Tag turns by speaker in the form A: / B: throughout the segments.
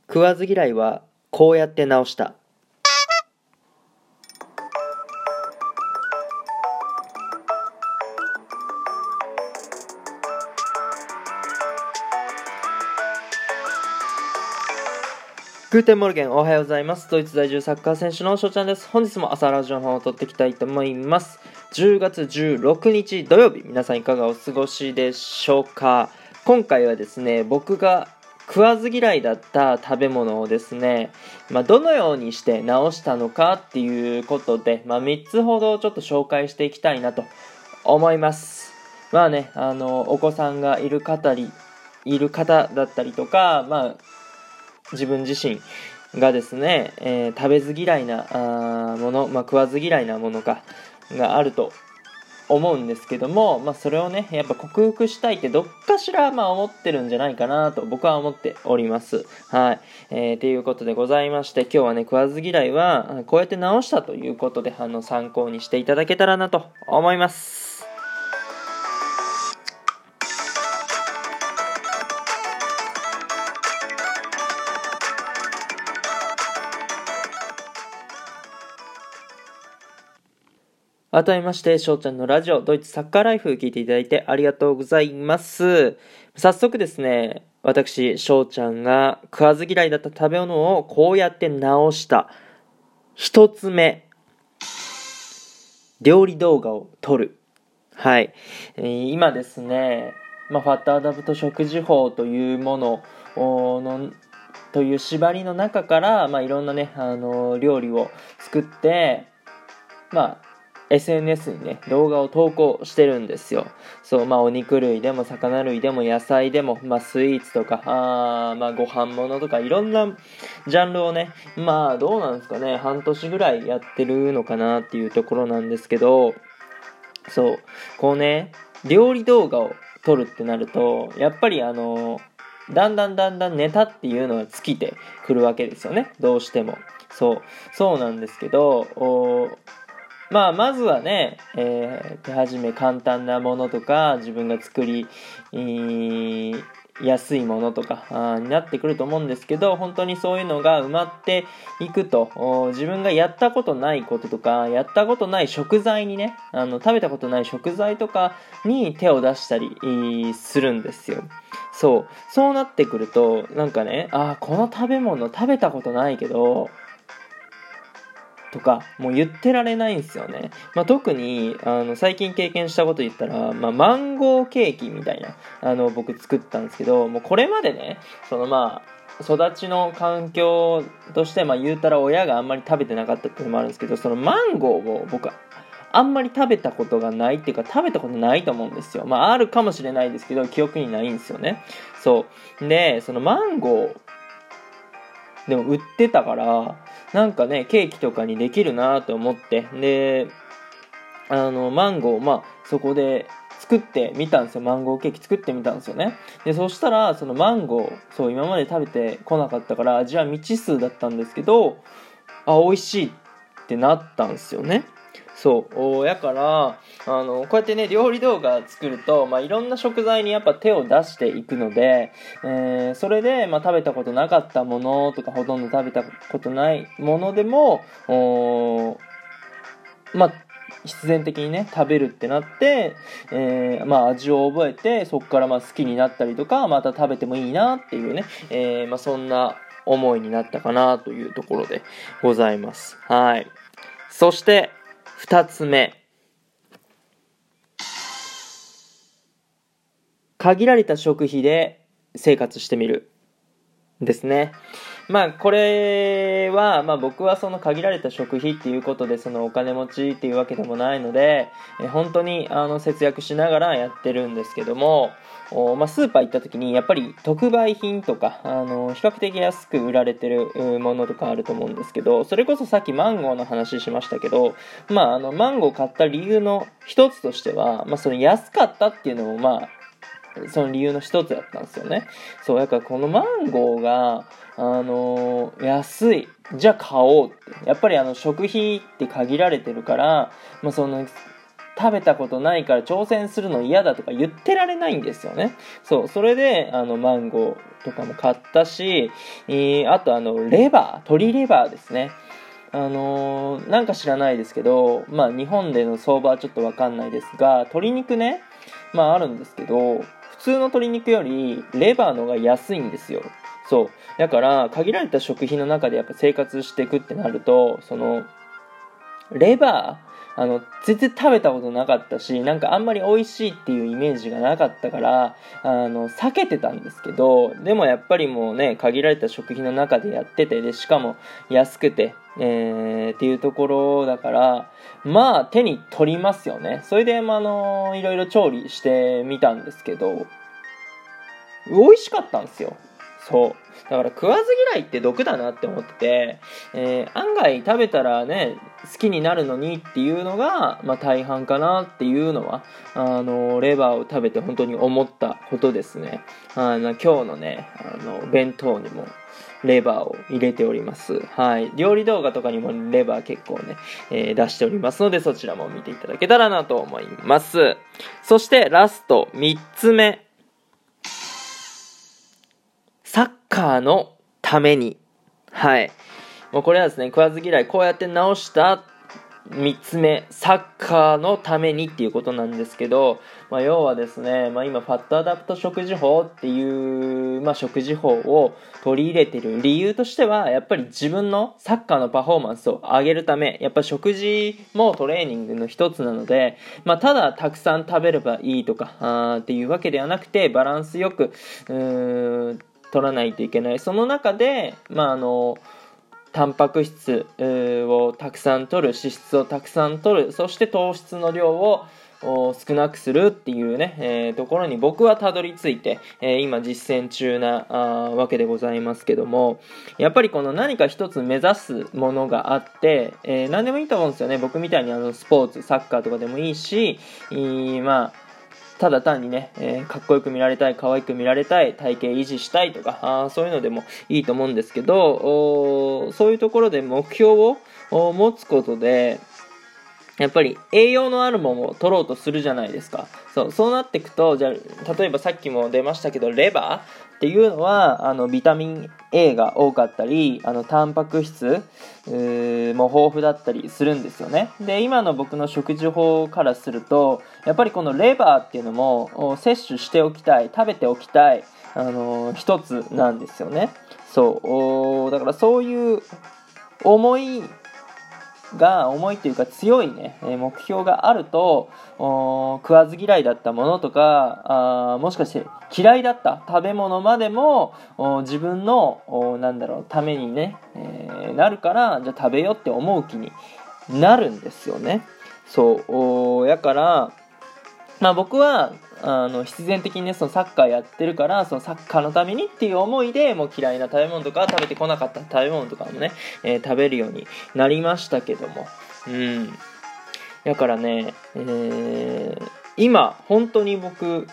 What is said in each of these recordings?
A: 食わず嫌いはこうやって直した。グーテンモルゲン、おはようございます。ドイツ在住サッカー選手の翔ちゃんです。本日も朝ラジオの方を撮っていきたいと思います。10月16日土曜日、皆さんいかがお過ごしでしょうか。今回はですね、僕が食わず嫌いだった食べ物をですね、どのようにして直したのかっていうことで、3つほどちょっと紹介していきたいなと思います。お子さんがいる方だったりとか、自分自身がですね、食べず嫌いなもの、食わず嫌いなものがあると思うんですけども、それをねやっぱ克服したいってどっかしら思ってるんじゃないかなと僕は思っております。はい、ということでございまして、今日はね食わず嫌いはこうやって直したということで参考にしていただけたらなと思います。改めまして、翔ちゃんのラジオ、ドイツサッカーライフ聞いていただいてありがとうございます。早速ですね、私、翔ちゃんが食わず嫌いだった食べ物をこうやって直した。一つ目、料理動画を撮る。はい。今ですね、ファットアダプト食事法というものという縛りの中から、いろんなね、料理を作って、SNS にね動画を投稿してるんですよ。そう、お肉類でも魚類でも野菜でも、スイーツとかご飯物とかいろんなジャンルをねどうなんですかね、半年ぐらいやってるのかなっていうところなんですけど、そうこうね料理動画を撮るってなるとやっぱりだんだんネタっていうのは尽きてくるわけですよね、どうしても。そうなんですけど、まずはね、手始め簡単なものとか自分が作りやすいものとかになってくると思うんですけど、本当にそういうのが埋まっていくと自分がやったことないこととかやったことない食材にね食べたことない食材とかに手を出したりするんですよ。そうなってくるとなんかね、この食べ物食べたことないけどとかもう言ってられないんですよね。特に最近経験したこと言ったら、マンゴーケーキみたいな僕作ったんですけど、もうこれまでね育ちの環境として言うたら親があんまり食べてなかったっていうのもあるんですけど、そのマンゴーを僕はあんまり食べたことがないっていうか食べたことないと思うんですよ。あるかもしれないですけど記憶にないんですよね。そうで、そのマンゴーでも売ってたからなんかねケーキとかにできるなと思って、でマンゴーそこで作ってみたんですよ。マンゴーケーキ作ってみたんですよね。でそしたらそのマンゴー今まで食べてこなかったから味は未知数だったんですけど美味しいってなったんですよね。やからこうやってね料理動画作ると、いろんな食材にやっぱ手を出していくので、それで、食べたことなかったものとかほとんど食べたことないものでも必然的にね食べるってなって、味を覚えてそこから好きになったりとかまた食べてもいいなっていうね、そんな思いになったかなというところでございます。はい。そして2つ目、限られた食費で生活してみるですね。これは僕はその限られた食費っていうことでそのお金持ちっていうわけでもないので本当に節約しながらやってるんですけども、スーパー行った時にやっぱり特売品とか比較的安く売られてるものとかあると思うんですけど、それこそさっきマンゴーの話しましたけど、マンゴー買った理由の一つとしては、その安かったっていうのもその理由の一つだったんですよね。だからこのマンゴーが安い、じゃあ買おうって、やっぱり食費って限られてるから、その食べたことないから挑戦するの嫌だとか言ってられないんですよね。それでマンゴーとかも買ったし、あと鶏レバーですね。なんか知らないですけど、日本での相場はちょっとわかんないですが、鶏肉ね、あるんですけど、普通の鶏肉よりレバーのが安いんですよ。だから限られた食費の中でやっぱ生活していくってなると、レバー全然食べたことなかったし、なんかあんまり美味しいっていうイメージがなかったから避けてたんですけど、でもやっぱりもうね、限られた食費の中でやってて、でしかも安くて、っていうところだから、手に取りますよね。それでいろいろ調理してみたんですけど、美味しかったんですよ。だから食わず嫌いって毒だなって思ってて、案外食べたらね好きになるのにっていうのが、大半かなっていうのはレバーを食べて本当に思ったことですね。今日のね弁当にもレバーを入れております。料理動画とかにもレバー結構ね、出しておりますので、そちらも見ていただけたらなと思います。そしてラスト3つ目、サッカーのために。もうこれはですね、食わず嫌いこうやって直した3つ目、サッカーのためにっていうことなんですけど、要はですね、今ファットアダプト食事法っていう、食事法を取り入れている理由としては、やっぱり自分のサッカーのパフォーマンスを上げるため、やっぱ食事もトレーニングの一つなので、ただたくさん食べればいいとかっていうわけではなくて、バランスよく取らないといけない。その中でタンパク質をたくさん取る、脂質をたくさん取る、そして糖質の量を少なくするっていうね、ところに僕はたどり着いて、今実践中なわけでございますけども、やっぱりこの何か一つ目指すものがあって、何でもいいと思うんですよね。僕みたいにスポーツ、サッカーとかでもいいし、ただ単にね、かっこよく見られたい、可愛く見られたい、体型維持したいとか、そういうのでもいいと思うんですけど、そういうところで目標を持つことで、やっぱり栄養のあるものを取ろうとするじゃないですか。そうなっていくと、じゃあ例えばさっきも出ましたけど、レバーっていうのはビタミン A が多かったり、タンパク質も豊富だったりするんですよね。で、今の僕の食事法からすると、やっぱりこのレバーっていうのも摂取しておきたい、食べておきたい一つなんですよね。だからそういう思いというか強いね、目標があると、食わず嫌いだったものとか、もしかして嫌いだった食べ物までも自分のためにね、なるから、じゃあ食べようって思う気になるんですよね。やから僕は必然的にね、そのサッカーやってるから、そのサッカーのためにっていう思いで、もう嫌いな食べ物とか食べてこなかった食べ物とかもね、食べるようになりましたけども、だからね、今本当に僕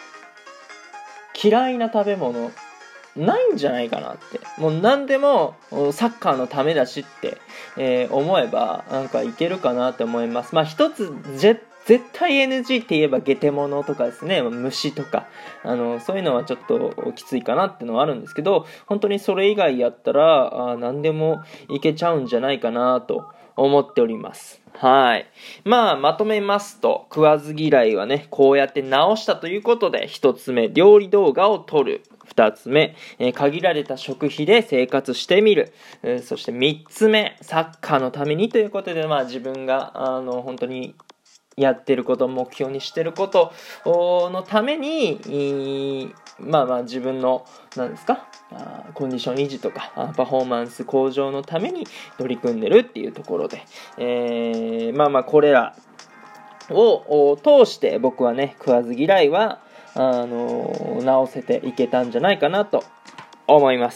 A: 嫌いな食べ物ないんじゃないかなって。もう何でもサッカーのためだしって、思えばなんかいけるかなって思います。一つ絶対 NG って言えばゲテモノとかですね、虫とかそういうのはちょっときついかなっていうのはあるんですけど、本当にそれ以外やったら何でもいけちゃうんじゃないかなと思っております。まとめますと、食わず嫌いはね、こうやって直したということで、一つ目、料理動画を撮る。二つ目、限られた食費で生活してみる。そして三つ目、サッカーのためにということで、自分が本当にやってること、目標にしてることのために、自分のコンディション維持とかパフォーマンス向上のために取り組んでるっていうところで、これらを通して僕はね、食わず嫌いは直せていけたんじゃないかなと思います。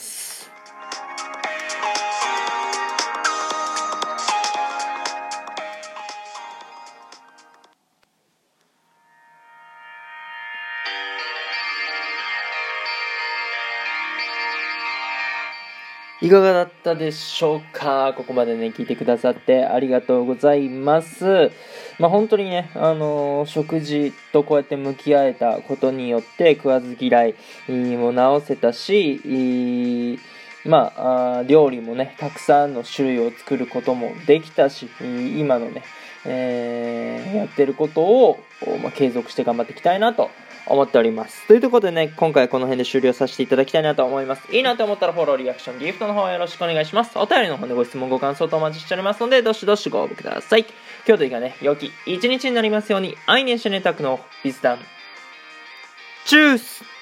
A: いかがだったでしょうか。ここまでね、聞いてくださってありがとうございます。本当にね、食事とこうやって向き合えたことによって食わず嫌いも直せたし、料理もね、たくさんの種類を作ることもできたし、今のね、やってることを、継続して頑張っていきたいなと思っております。というところでね、今回はこの辺で終了させていただきたいなと思います。いいなと思ったらフォロー、リアクション、ギフトの方よろしくお願いします。お便りの方でご質問、ご感想とお待ちしておりますので、どしどしご応募ください。今日というかね、良き一日になりますように、愛にしてねたくのビズダン。チュース